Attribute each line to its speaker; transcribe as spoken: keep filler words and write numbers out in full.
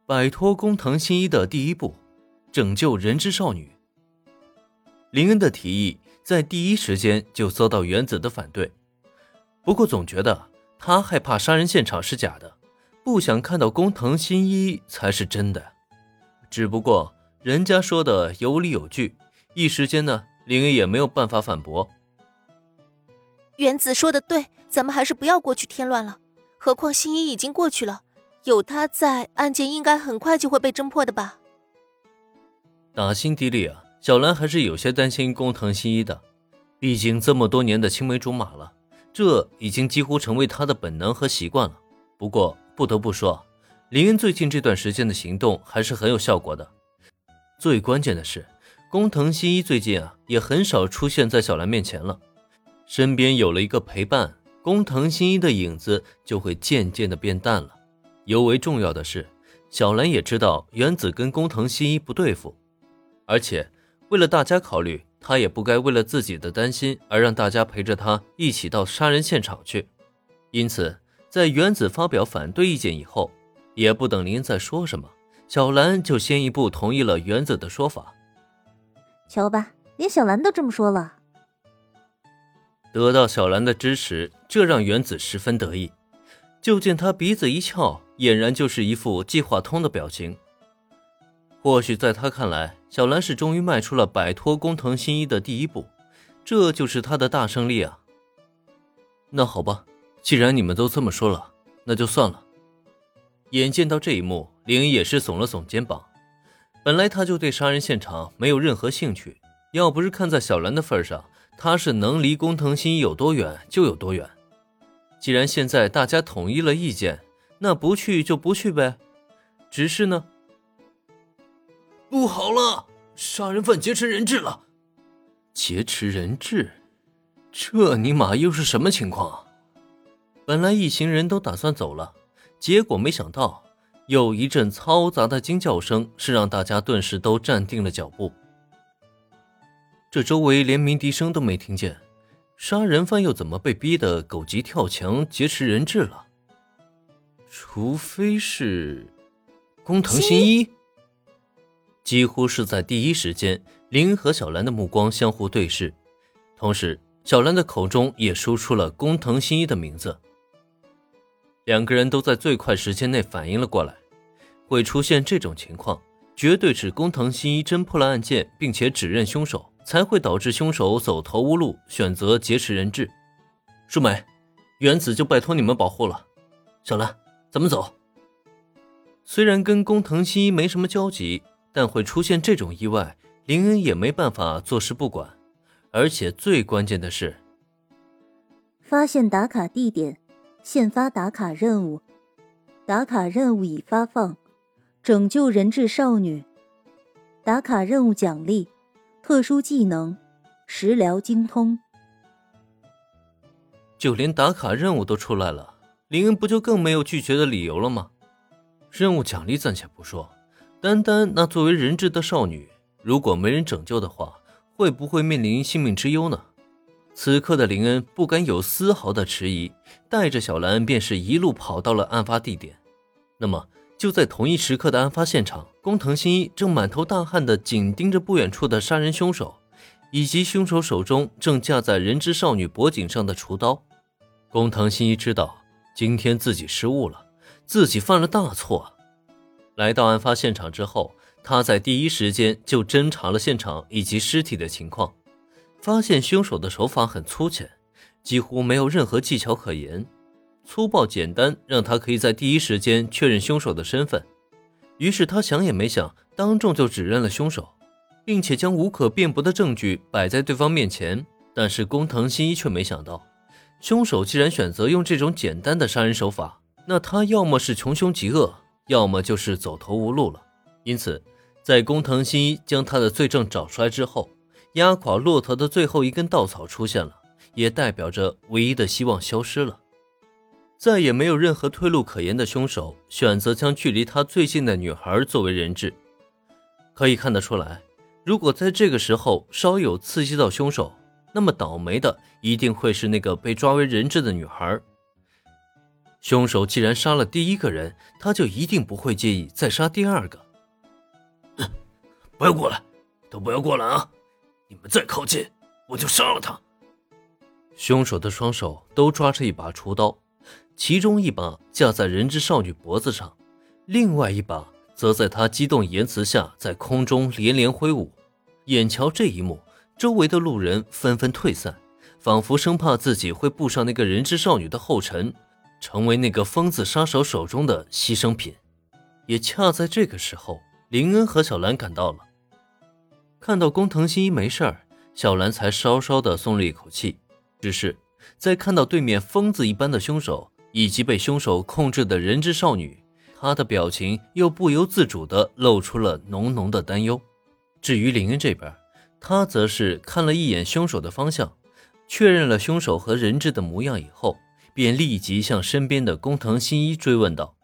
Speaker 1: 摆脱工藤新一的第一步，拯救人质少女。林恩的提议在第一时间就遭到原子的反对，不过总觉得他害怕杀人现场是假的，不想看到工藤新一才是真的。只不过人家说的有理有据，一时间呢，林恩也没有办法反驳。
Speaker 2: 原子说的对，咱们还是不要过去添乱了，何况新一已经过去了，有他在，案件应该很快就会被侦破的吧。
Speaker 1: 打心底里啊，小兰还是有些担心工藤新一的，毕竟这么多年的青梅竹马了，这已经几乎成为他的本能和习惯了。不过不得不说，林恩最近这段时间的行动还是很有效果的。最关键的是，工藤新一最近啊也很少出现在小兰面前了，身边有了一个陪伴，工藤新一的影子就会渐渐的变淡了。尤为重要的是，小兰也知道原子跟工藤新一不对付，而且为了大家考虑，他也不该为了自己的担心而让大家陪着他一起到杀人现场去。因此在原子发表反对意见以后，也不等林恩再说什么，小兰就先一步同意了原子的说法。
Speaker 3: 瞧吧，连小兰都这么说了。
Speaker 1: 得到小兰的支持，这让原子十分得意，就见他鼻子一翘，俨然就是一副计划通的表情。或许在他看来，小兰是终于迈出了摆脱工藤新一的第一步，这就是他的大胜利啊。那好吧，既然你们都这么说了，那就算了。眼见到这一幕，林恩也是耸了耸肩膀。本来他就对杀人现场没有任何兴趣，要不是看在小兰的份上，他是能离工藤新一有多远就有多远。既然现在大家统一了意见，那不去就不去呗。只是呢，不好了，杀人犯劫持人质了。劫持人质？这尼玛又是什么情况啊？本来一行人都打算走了，结果没想到又一阵嘈杂的惊叫声，是让大家顿时都站定了脚步。这周围连鸣笛声都没听见，杀人犯又怎么被逼得狗急跳墙劫持人质了？除非是工藤新一。几乎是在第一时间，林和小兰的目光相互对视，同时小兰的口中也说出了工藤新一的名字。两个人都在最快时间内反应了过来，会出现这种情况，绝对是工藤新一侦破了案件并且指认凶手，才会导致凶手走投无路，选择劫持人质。淑美，原子就拜托你们保护了。小兰，咱们走。虽然跟工藤新一没什么交集，但会出现这种意外，林恩也没办法坐视不管。而且最关键的是，
Speaker 3: 发现打卡地点，现发打卡任务，打卡任务已发放，拯救人质少女。打卡任务奖励，特殊技能，食疗精通。
Speaker 1: 就连打卡任务都出来了，林恩不就更没有拒绝的理由了吗？任务奖励暂且不说，单单那作为人质的少女，如果没人拯救的话，会不会面临性命之忧呢？此刻的林恩不敢有丝毫的迟疑，带着小兰便是一路跑到了案发地点。那么就在同一时刻的案发现场，工藤新一正满头大汗地紧盯着不远处的杀人凶手，以及凶手手中正架在人质少女脖颈上的厨刀。工藤新一知道今天自己失误了，自己犯了大错。来到案发现场之后，他在第一时间就侦查了现场以及尸体的情况，发现凶手的手法很粗浅，几乎没有任何技巧可言，粗暴简单，让他可以在第一时间确认凶手的身份。于是他想也没想，当众就指认了凶手，并且将无可辩驳的证据摆在对方面前。但是工藤新一却没想到，凶手既然选择用这种简单的杀人手法，那他要么是穷凶极恶，要么就是走投无路了。因此在工藤新一将他的罪证找出来之后，压垮骆驼的最后一根稻草出现了，也代表着唯一的希望消失了。再也没有任何退路可言的凶手选择将距离他最近的女孩作为人质。可以看得出来，如果在这个时候稍有刺激到凶手，那么倒霉的一定会是那个被抓为人质的女孩。 凶手既然杀了第一个人，他就一定不会介意再杀第二个。
Speaker 4: 不要过来，都不要过来啊！你们再靠近，我就杀了他。
Speaker 1: 凶手的双手都抓着一把锄刀，其中一把架在人质少女脖子上，另外一把则在她激动言辞下在空中连连挥舞。眼瞧这一幕，周围的路人纷纷退散，仿佛生怕自己会步上那个人质少女的后尘，成为那个疯子杀手手中的牺牲品。也恰在这个时候，林恩和小兰赶到了。看到工藤新一没事儿，小兰才稍稍的松了一口气。只是在看到对面疯子一般的凶手以及被凶手控制的人质少女，她的表情又不由自主地露出了浓浓的担忧。至于林恩这边，他则是看了一眼凶手的方向，确认了凶手和人质的模样以后，便立即向身边的工藤新一追问道：